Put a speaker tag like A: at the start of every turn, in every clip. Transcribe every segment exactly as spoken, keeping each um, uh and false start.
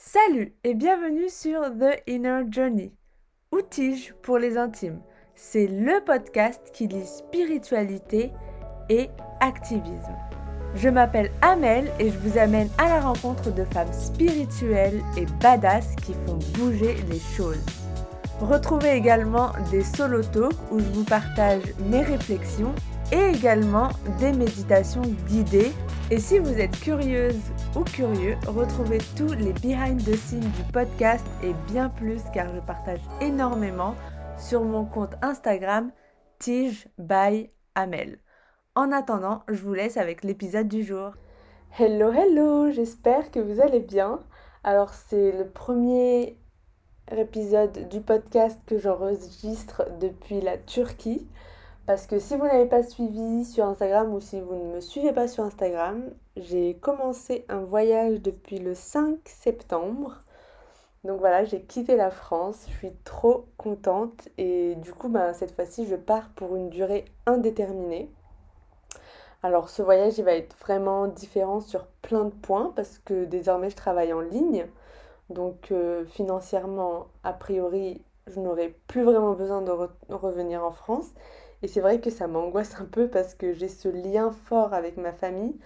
A: Salut et bienvenue sur The Inner Journey, Outils pour les intimes. C'est le podcast qui lie spiritualité et activisme. Je m'appelle Amel et je vous amène à la rencontre de femmes spirituelles et badass qui font bouger les choses. Retrouvez également des solo talks où je vous partage mes réflexions et également des méditations guidées. Et si vous êtes curieuse ou curieux, retrouvez tous les behind the scenes du podcast et bien plus car je partage énormément sur mon compte Instagram Tige by Amel. En attendant, je vous laisse avec l'épisode du jour. Hello, hello, j'espère que vous allez bien. Alors c'est le premier épisode du podcast que j'enregistre depuis la Turquie. Parce que si vous n'avez pas suivi sur Instagram ou si vous ne me suivez pas sur Instagram, j'ai commencé un voyage depuis le cinq septembre. Donc voilà, j'ai quitté la France, je suis trop contente et du coup bah, cette fois-ci je pars pour une durée indéterminée. Alors ce voyage il va être vraiment différent sur plein de points parce que désormais je travaille en ligne. Donc euh, financièrement, a priori, je n'aurai plus vraiment besoin de re- revenir en France. Et c'est vrai que ça m'angoisse un peu parce que j'ai ce lien fort avec ma famille.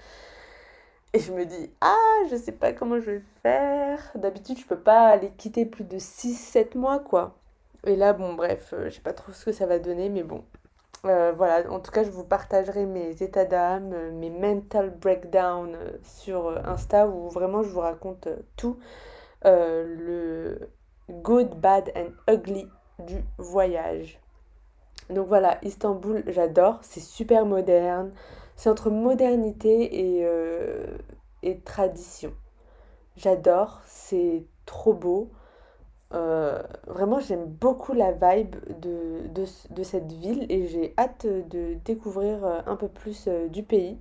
A: Et je me dis, ah, je sais pas comment je vais faire. D'habitude, je peux pas les quitter plus de six sept mois, quoi. Et là, bon, bref, euh, je sais pas trop ce que ça va donner, mais bon. Euh, voilà, en tout cas, je vous partagerai mes états d'âme, euh, mes mental breakdowns euh, sur euh, Insta où vraiment je vous raconte euh, tout euh, le good, bad and ugly du voyage. Donc voilà, Istanbul, j'adore, c'est super moderne, c'est entre modernité et, euh, et tradition. J'adore, c'est trop beau. Euh, vraiment, j'aime beaucoup la vibe de, de, de cette ville et j'ai hâte de découvrir euh, un peu plus euh, du pays.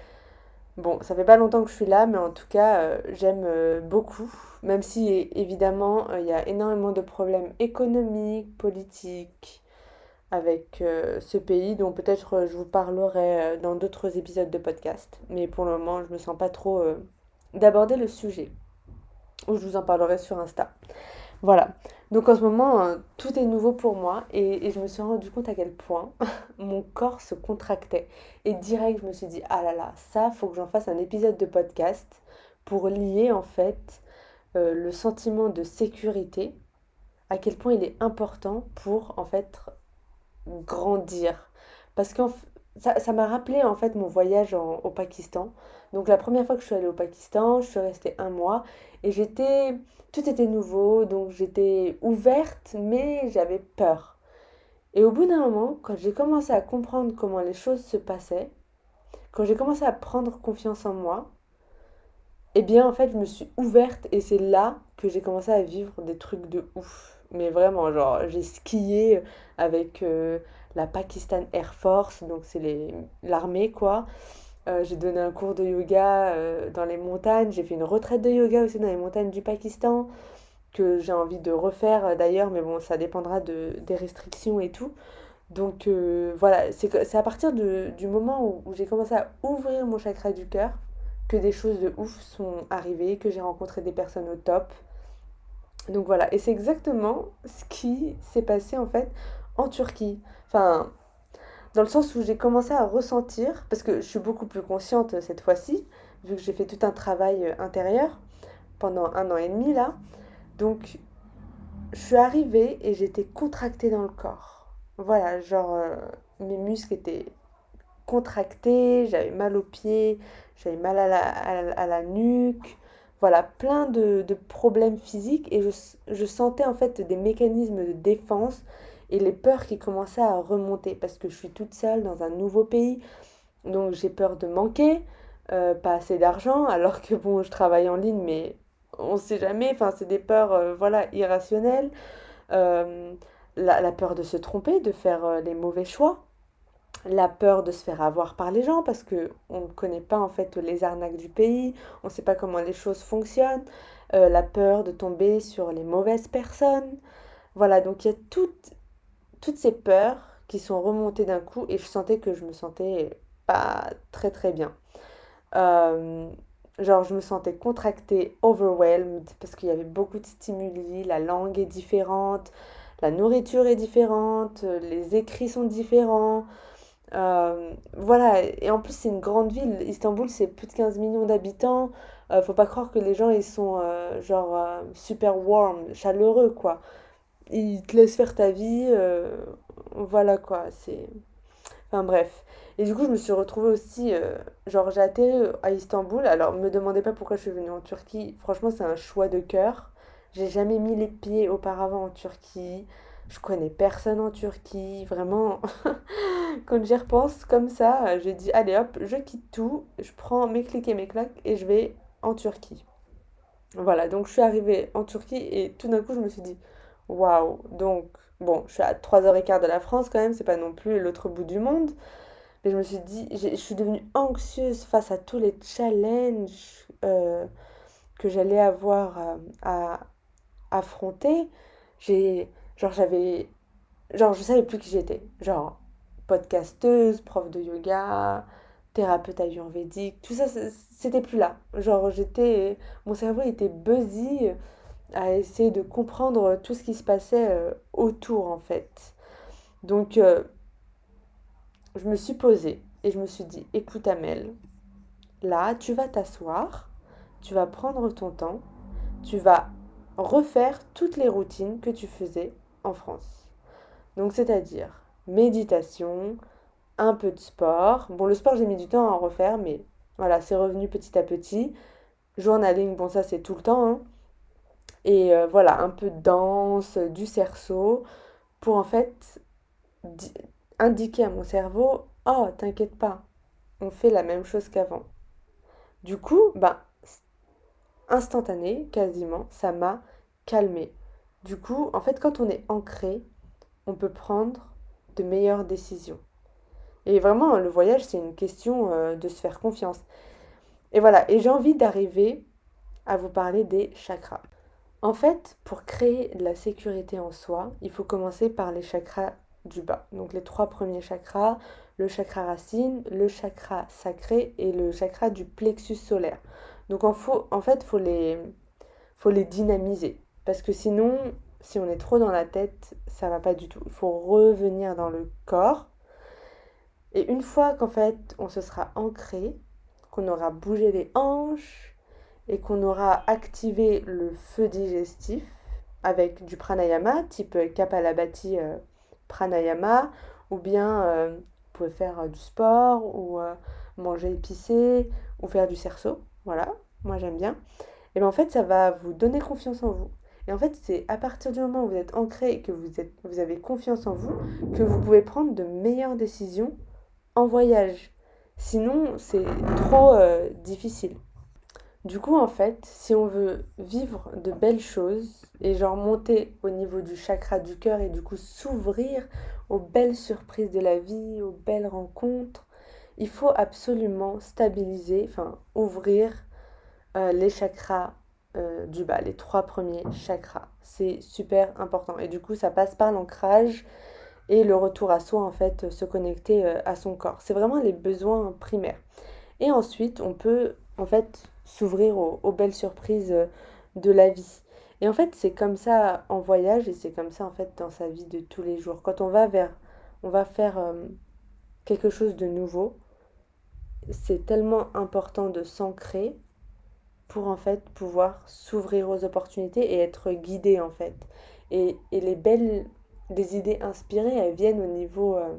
A: Bon, ça fait pas longtemps que je suis là, mais en tout cas, euh, j'aime euh, beaucoup. Même si, é- évidemment, euh, il y a énormément de problèmes économiques, politiques avec euh, ce pays, dont peut-être euh, je vous parlerai euh, dans d'autres épisodes de podcast. Mais pour le moment, je me sens pas trop euh, d'aborder le sujet, ou je vous en parlerai sur Insta. Voilà. Donc en ce moment, euh, tout est nouveau pour moi et, et je me suis rendu compte à quel point mon corps se contractait. Et direct, je me suis dit, ah là là, ça, faut que j'en fasse un épisode de podcast pour lier en fait euh, le sentiment de sécurité, à quel point il est important pour en fait grandir. Parce que ça, ça m'a rappelé en fait mon voyage en- au Pakistan. Donc la première fois que je suis allée au Pakistan, je suis restée un mois et j'étais, tout était nouveau, donc j'étais ouverte, mais j'avais peur. Et au bout d'un moment, quand j'ai commencé à comprendre comment les choses se passaient, quand j'ai commencé à prendre confiance en moi, eh bien en fait je me suis ouverte et c'est là que j'ai commencé à vivre des trucs de ouf. Mais vraiment, genre j'ai skié avec euh, la Pakistan Air Force, donc c'est les- l'armée quoi. Euh, j'ai donné un cours de yoga euh, dans les montagnes, j'ai fait une retraite de yoga aussi dans les montagnes du Pakistan, que j'ai envie de refaire euh, d'ailleurs, mais bon ça dépendra de, des restrictions et tout. Donc euh, voilà, c'est que- c'est à partir de- du moment où, où j'ai commencé à ouvrir mon chakra du cœur que des choses de ouf sont arrivées, que j'ai rencontré des personnes au top. Donc voilà, et c'est exactement ce qui s'est passé en fait en Turquie. Enfin, dans le sens où j'ai commencé à ressentir, parce que je suis beaucoup plus consciente cette fois-ci, vu que j'ai fait tout un travail euh, intérieur pendant un an et demi là. Donc je suis arrivée et j'étais contractée dans le corps. Voilà, genre euh, mes muscles étaient contractés, j'avais mal aux pieds, j'avais mal à la, à la- à la nuque. Voilà, plein de, de problèmes physiques et je, je sentais en fait des mécanismes de défense et les peurs qui commençaient à remonter parce que je suis toute seule dans un nouveau pays. Donc j'ai peur de manquer, euh, pas assez d'argent, alors que bon, je travaille en ligne, mais on sait jamais, enfin c'est des peurs euh, voilà, irrationnelles. Euh, la, la peur de se tromper, de faire euh, les mauvais choix, la peur de se faire avoir par les gens parce que on ne connaît pas en fait les arnaques du pays, on ne sait pas comment les choses fonctionnent, euh, la peur de tomber sur les mauvaises personnes. Voilà, donc il y a toutes, toutes ces peurs qui sont remontées d'un coup et je sentais que je me sentais pas très très bien. Euh, genre je me sentais contractée, overwhelmed, parce qu'il y avait beaucoup de stimuli, la langue est différente, la nourriture est différente, euh, les écrits sont différents. Euh, voilà, et en plus c'est une grande ville. Istanbul, c'est plus de quinze millions d'habitants. Euh, faut pas croire que les gens ils sont euh, genre euh, super warm, chaleureux quoi. Ils te laissent faire ta vie, euh, voilà quoi. C'est, enfin bref. Et du coup, je me suis retrouvée aussi, euh, genre j'ai atterri à Istanbul. Alors, me demandez pas pourquoi je suis venue en Turquie. Franchement, c'est un choix de cœur. J'ai jamais mis les pieds auparavant en Turquie. Je connais personne en Turquie. Vraiment, quand j'y repense comme ça, euh, j'ai dit, allez hop, je quitte tout. Je prends mes clics et mes claques et je vais en Turquie. Voilà, donc je suis arrivée en Turquie et tout d'un coup, je me suis dit, waouh. Donc, bon, je suis à trois heures quinze de la France quand même, c'est pas non plus l'autre bout du monde. Et je me suis dit, j'ai- je suis devenue anxieuse face à tous les challenges euh, que j'allais avoir euh, à affronter. J'ai, genre, j'avais, genre, je savais plus qui j'étais. Genre, podcasteuse, prof de yoga, thérapeute ayurvédique, tout ça, c'est- c'était plus là. Genre, j'étais, mon cerveau était busy à essayer de comprendre tout ce qui se passait euh, autour, en fait. Donc, euh, je me suis posée et je me suis dit, écoute Amel, là, tu vas t'asseoir, tu vas prendre ton temps, tu vas refaire toutes les routines que tu faisais en France. Donc, c'est-à-dire méditation, un peu de sport. Bon, le sport, j'ai mis du temps à en refaire, mais voilà, c'est revenu petit à petit. Journaling, bon, ça, c'est tout le temps, hein. Et euh, voilà, un peu de danse, du cerceau, pour en fait di- indiquer à mon cerveau, oh, t'inquiète pas, on fait la même chose qu'avant. Du coup, bah, instantané, quasiment, ça m'a calmée. Du coup, en fait, quand on est ancré, on peut prendre de meilleures décisions. Et vraiment, le voyage, c'est une question euh, de se faire confiance. Et voilà, et j'ai envie d'arriver à vous parler des chakras. En fait, pour créer de la sécurité en soi, il faut commencer par les chakras du bas. Donc les trois premiers chakras, le chakra racine, le chakra sacré et le chakra du plexus solaire. Donc en, faut, en fait, il faut les, faut les dynamiser. Parce que sinon, si on est trop dans la tête, ça va pas du tout. Il faut revenir dans le corps. Et une fois qu'en fait, on se sera ancré, qu'on aura bougé les hanches et qu'on aura activé le feu digestif avec du pranayama, type Kapalabhati euh, pranayama, ou bien euh, vous pouvez faire euh, du sport, ou euh, manger épicé, ou faire du cerceau. Voilà, moi j'aime bien. Et bien en fait, ça va vous donner confiance en vous. Et en fait, c'est à partir du moment où vous êtes ancré et que vous, êtes, vous avez confiance en vous que vous pouvez prendre de meilleures décisions en voyage. Sinon, c'est trop euh, difficile. Du coup, en fait, si on veut vivre de belles choses et genre monter au niveau du chakra du cœur et du coup s'ouvrir aux belles surprises de la vie, aux belles rencontres, il faut absolument stabiliser, enfin ouvrir euh, les chakras euh, du bas, les trois premiers chakras. C'est super important. Et du coup, ça passe par l'ancrage et le retour à soi, en fait, se connecter euh, à son corps. C'est vraiment les besoins primaires. Et ensuite, on peut, en fait, s'ouvrir aux, aux belles surprises euh, de la vie. Et en fait, c'est comme ça en voyage et c'est comme ça, en fait, dans sa vie de tous les jours. Quand on va vers, on va faire euh, quelque chose de nouveau, c'est tellement important de s'ancrer pour en fait pouvoir s'ouvrir aux opportunités et être guidé en fait. Et, et les belles, des idées inspirées, elles viennent au niveau euh,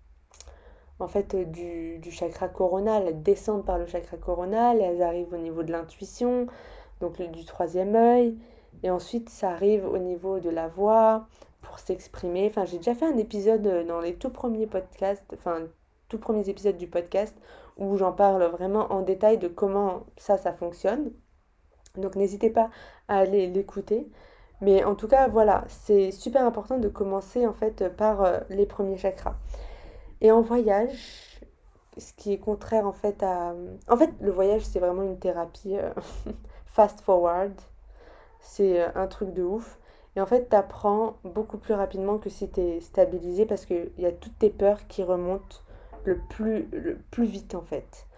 A: en fait du, du chakra coronal, elles descendent par le chakra coronal, elles arrivent au niveau de l'intuition, donc le, du troisième œil, et ensuite ça arrive au niveau de la voix pour s'exprimer. Enfin, j'ai déjà fait un épisode euh, dans les tout premiers podcasts, enfin tout premiers épisodes du podcast où j'en parle vraiment en détail de comment ça, ça fonctionne. Donc n'hésitez pas à aller l'écouter. Mais en tout cas, voilà, c'est super important de commencer en fait par euh, les premiers chakras. Et en voyage, ce qui est contraire en fait à... En fait, le voyage, c'est vraiment une thérapie euh, fast forward. C'est euh, un truc de ouf. Et en fait, t'apprends beaucoup plus rapidement que si t'es stabilisé parce qu'il y a toutes tes peurs qui remontent le plus, le plus vite en fait.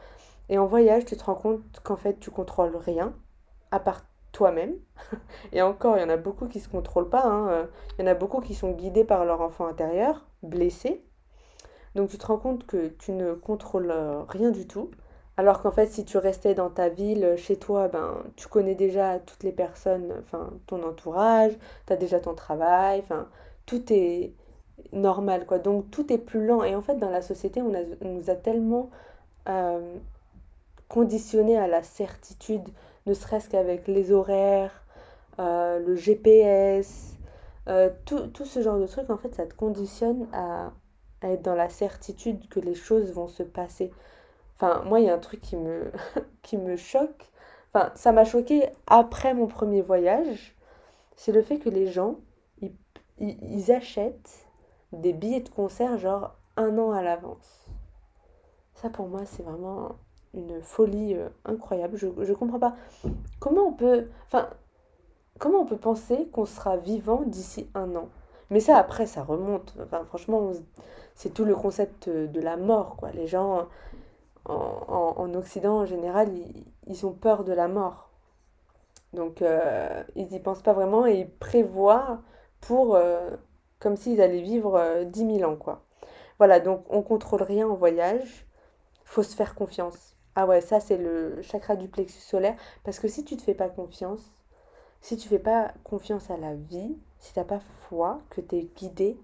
A: Et en voyage, tu te rends compte qu'en fait, tu contrôles rien, à part toi-même. Et encore, il y en a beaucoup qui ne se contrôlent pas, hein. euh, Il y en a beaucoup qui sont guidés par leur enfant intérieur, blessés. Donc tu te rends compte que tu ne contrôles euh, rien du tout. Alors qu'en fait, si tu restais dans ta ville, euh, chez toi, ben, tu connais déjà toutes les personnes, enfin, ton entourage, tu as déjà ton travail, enfin, tout est normal, quoi. Donc tout est plus lent. Et en fait, dans la société, on, a- on nous a tellement euh, conditionnés à la certitude, ne serait-ce qu'avec les horaires, euh, le G P S, euh, tout, tout ce genre de trucs, en fait, ça te conditionne à, à être dans la certitude que les choses vont se passer. Enfin, moi, il y a un truc qui me, qui me choque. Enfin, ça m'a choqué après mon premier voyage. C'est le fait que les gens, ils, ils, ils achètent des billets de concert genre un an à l'avance. Ça, pour moi, c'est vraiment une folie euh, incroyable. Je, je comprends pas. Comment on peut... Enfin, comment on peut penser qu'on sera vivant d'ici un an? Mais ça, après, ça remonte. Enfin, franchement, on se- c'est tout le concept de la mort, quoi. Les gens en, en- en Occident, en général, ils, ils ont peur de la mort. Donc, euh, ils n'y pensent pas vraiment et ils prévoient pour... euh, comme s'ils allaient vivre euh, dix mille ans, quoi. Voilà, donc on contrôle rien en voyage. Faut se faire confiance. Ah ouais, ça, c'est le chakra du plexus solaire. Parce que si tu te fais pas confiance, si tu fais pas confiance à la vie, si t'as pas foi, que tu es guidé,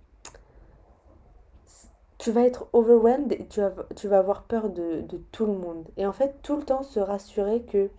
A: tu vas être overwhelmed et tu vas, tu vas avoir peur de, de tout le monde. Et en fait, tout le temps se rassurer que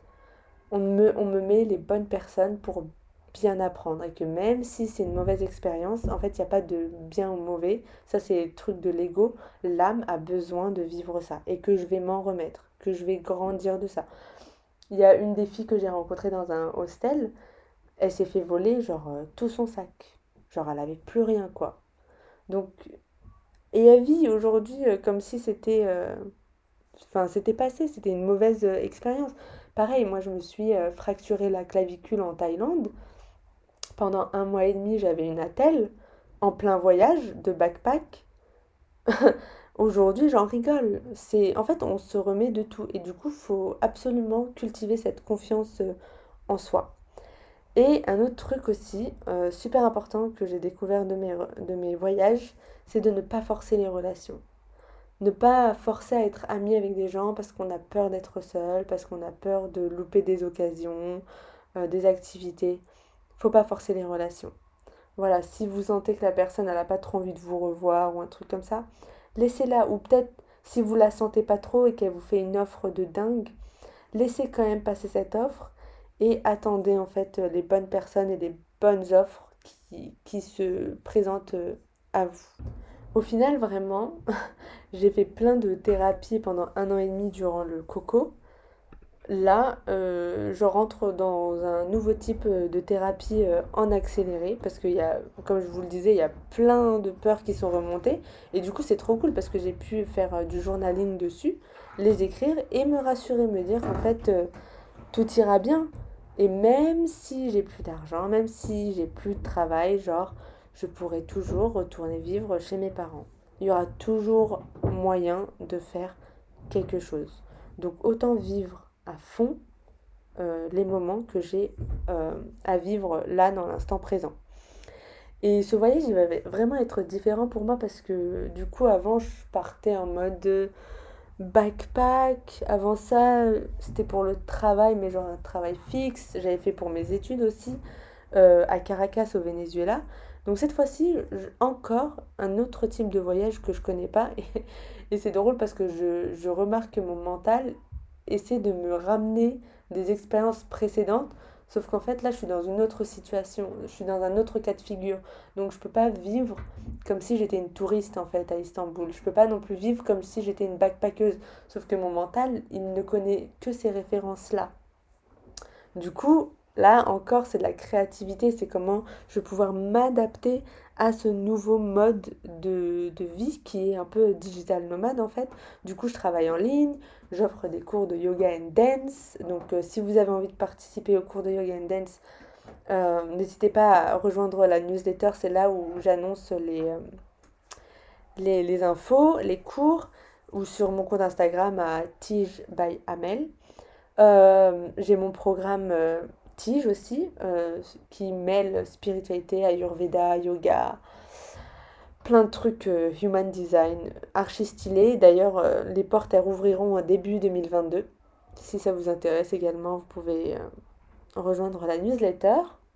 A: on me, on me met les bonnes personnes pour bien apprendre. Et que même si c'est une mauvaise expérience, en fait, il n'y a pas de bien ou mauvais. Ça, c'est le truc de l'ego. L'âme a besoin de vivre ça. Et que je vais m'en remettre. Que je vais grandir de ça. Il y a une des filles que j'ai rencontrées dans un hostel. Elle s'est fait voler, genre, euh, tout son sac. Genre, elle avait plus rien, quoi. Donc, et elle vit aujourd'hui euh, comme si c'était... euh, Enfin, c'était passé, c'était une mauvaise euh, expérience. Pareil, moi, je me suis euh, fracturé la clavicule en Thaïlande. Pendant un mois et demi, j'avais une attelle en plein voyage de backpack. Aujourd'hui, j'en rigole. C'est, en fait, on se remet de tout. Et du coup, il faut absolument cultiver cette confiance euh, en soi. Et un autre truc aussi, euh, super important que j'ai découvert de mes, de mes voyages, c'est de ne pas forcer les relations. Ne pas forcer à être ami avec des gens parce qu'on a peur d'être seul, parce qu'on a peur de louper des occasions, euh, des activités. Faut pas forcer les relations. Voilà, si vous sentez que la personne n'a pas trop envie de vous revoir ou un truc comme ça, laissez-la. Ou peut-être si vous la sentez pas trop et qu'elle vous fait une offre de dingue, laissez quand même passer cette offre et attendez en fait les bonnes personnes et les bonnes offres qui, qui se présentent euh, à vous. Au final, vraiment, j'ai fait plein de thérapies pendant un an et demi durant le coco. Là, euh, je rentre dans un nouveau type euh, de thérapie euh, en accéléré parce qu'il y a, comme je vous le disais, il y a plein de peurs qui sont remontées. Et du coup, c'est trop cool parce que j'ai pu faire euh, du journaling dessus, les écrire et me rassurer, me dire qu'en fait, euh, tout ira bien. Et même si j'ai plus d'argent, même si j'ai plus de travail, genre, je pourrai toujours retourner vivre chez mes parents. Il y aura toujours moyen de faire quelque chose. Donc autant vivre à fond euh, les moments que j'ai euh, à vivre là dans l'instant présent. Et ce voyage, il va vraiment être différent pour moi parce que du coup, avant, je partais en mode backpack. Avant ça, c'était pour le travail, mais genre un travail fixe. J'avais fait pour mes études aussi, euh, à Caracas au Venezuela. Donc cette fois-ci, je- encore un autre type de voyage que je connais pas. Et, et c'est drôle parce que je, je remarque que mon mental essaie de me ramener des expériences précédentes. Sauf qu'en fait, là, je suis dans une autre situation. Je suis dans un autre cas de figure. Donc je peux pas vivre comme si j'étais une touriste en fait à Istanbul. Je peux pas non plus vivre comme si j'étais une backpackeuse. Sauf que mon mental, il ne connaît que ces références-là. Du coup, là encore, c'est de la créativité, c'est comment je vais pouvoir m'adapter à ce nouveau mode de, de vie qui est un peu digital nomade en fait. Du coup, je travaille en ligne, j'offre des cours de yoga and dance. Donc, euh, si vous avez envie de participer aux cours de yoga and dance, euh, n'hésitez pas à rejoindre la newsletter, c'est là où j'annonce les, euh, les, les infos, les cours. ou sur mon compte Instagram à Tige by Amel. Euh, j'ai mon programme euh, Tige aussi, euh, qui mêle spiritualité, Ayurveda, yoga, plein de trucs euh, human design, archi stylé. D'ailleurs, euh, les portes elles rouvriront au début deux mille vingt-deux. Si ça vous intéresse également, vous pouvez euh, rejoindre la newsletter.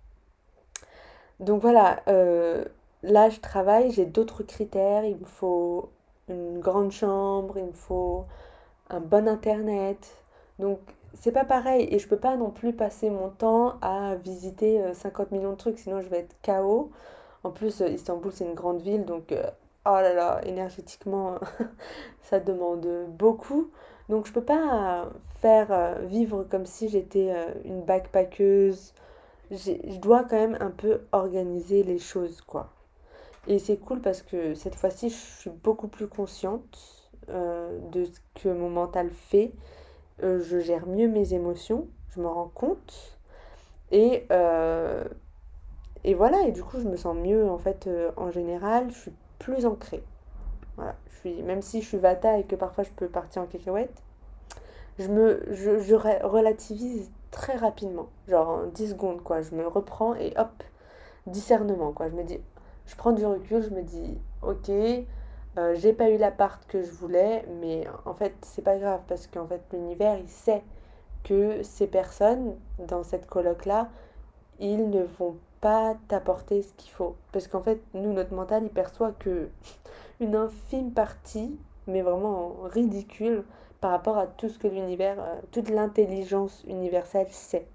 A: Donc voilà, euh, là je travaille, j'ai d'autres critères. Il me faut une grande chambre, il me faut un bon internet. Donc c'est pas pareil et je peux pas non plus passer mon temps à visiter euh, cinquante millions de trucs, sinon je vais être K O. En plus, euh, Istanbul c'est une grande ville, donc euh, oh là là, énergétiquement ça demande beaucoup. Donc je peux pas euh, faire euh, vivre comme si j'étais euh, une backpackeuse. J'ai- Je dois quand même un peu organiser les choses, quoi. Et c'est cool parce que cette fois-ci, je suis beaucoup plus consciente euh, de ce que mon mental fait. Euh, je gère mieux mes émotions, je me rends compte. Et, euh, et voilà, et du coup, je me sens mieux en fait euh, en général. Je suis plus ancrée. Voilà, je suis, même si je suis vata et que parfois je peux partir en cacahuète, je me je, je relativise très rapidement. Genre en dix secondes, quoi. Je me reprends et hop, discernement, quoi. Je me dis, je prends du recul, je me dis, ok, euh, j'ai pas eu l'appart que je voulais, mais en fait, c'est pas grave parce qu'en fait, l'univers, il sait que ces personnes dans cette coloc-là, ils ne vont pas t'apporter ce qu'il faut. Parce qu'en fait, nous, notre mental, il perçoit que une infime partie, mais vraiment ridicule par rapport à tout ce que l'univers, euh, toute l'intelligence universelle sait.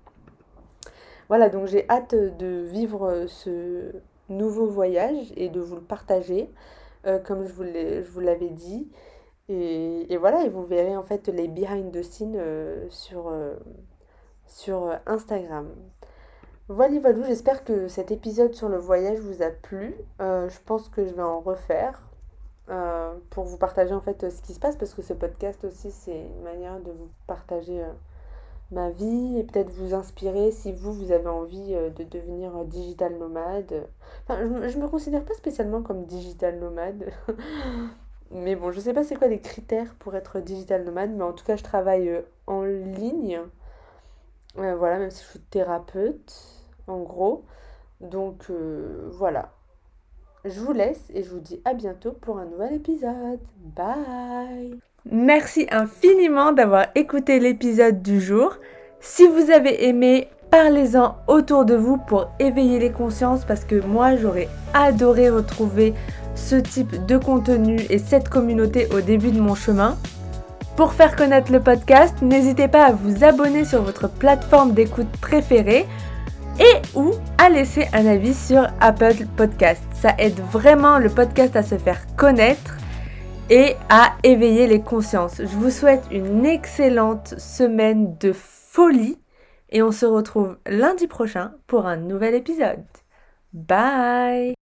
A: Voilà, donc j'ai hâte de vivre ce nouveau voyage et de vous le partager, euh, comme je vous l'ai- je vous l'avais dit. Et, et voilà, et vous verrez en fait les behind the scenes euh, sur, euh, sur euh, Instagram. Voilà, voilà, j'espère que cet épisode sur le voyage vous a plu. Euh, je pense que je vais en refaire euh, pour vous partager en fait ce qui se passe parce que ce podcast aussi c'est une manière de vous partager euh, ma vie et peut-être vous inspirer si vous, vous avez envie euh, de devenir euh, digital nomade. Enfin, je, me- je me considère pas spécialement comme digital nomade. Mais bon, je sais pas c'est quoi les critères pour être digital nomade, mais en tout cas, je travaille euh, en ligne. Euh, voilà, même si je suis thérapeute, en gros. Donc euh, voilà. Je vous laisse et je vous dis à bientôt pour un nouvel épisode. Bye! Merci infiniment d'avoir écouté l'épisode du jour. Si vous avez aimé, parlez-en autour de vous pour éveiller les consciences parce que moi j'aurais adoré retrouver ce type de contenu et cette communauté au début de mon chemin. Pour faire connaître le podcast, n'hésitez pas à vous abonner sur votre plateforme d'écoute préférée et ou à laisser un avis sur Apple Podcast. Ça aide vraiment le podcast à se faire connaître et à éveiller les consciences. Je vous souhaite une excellente semaine de folie et on se retrouve lundi prochain pour un nouvel épisode. Bye!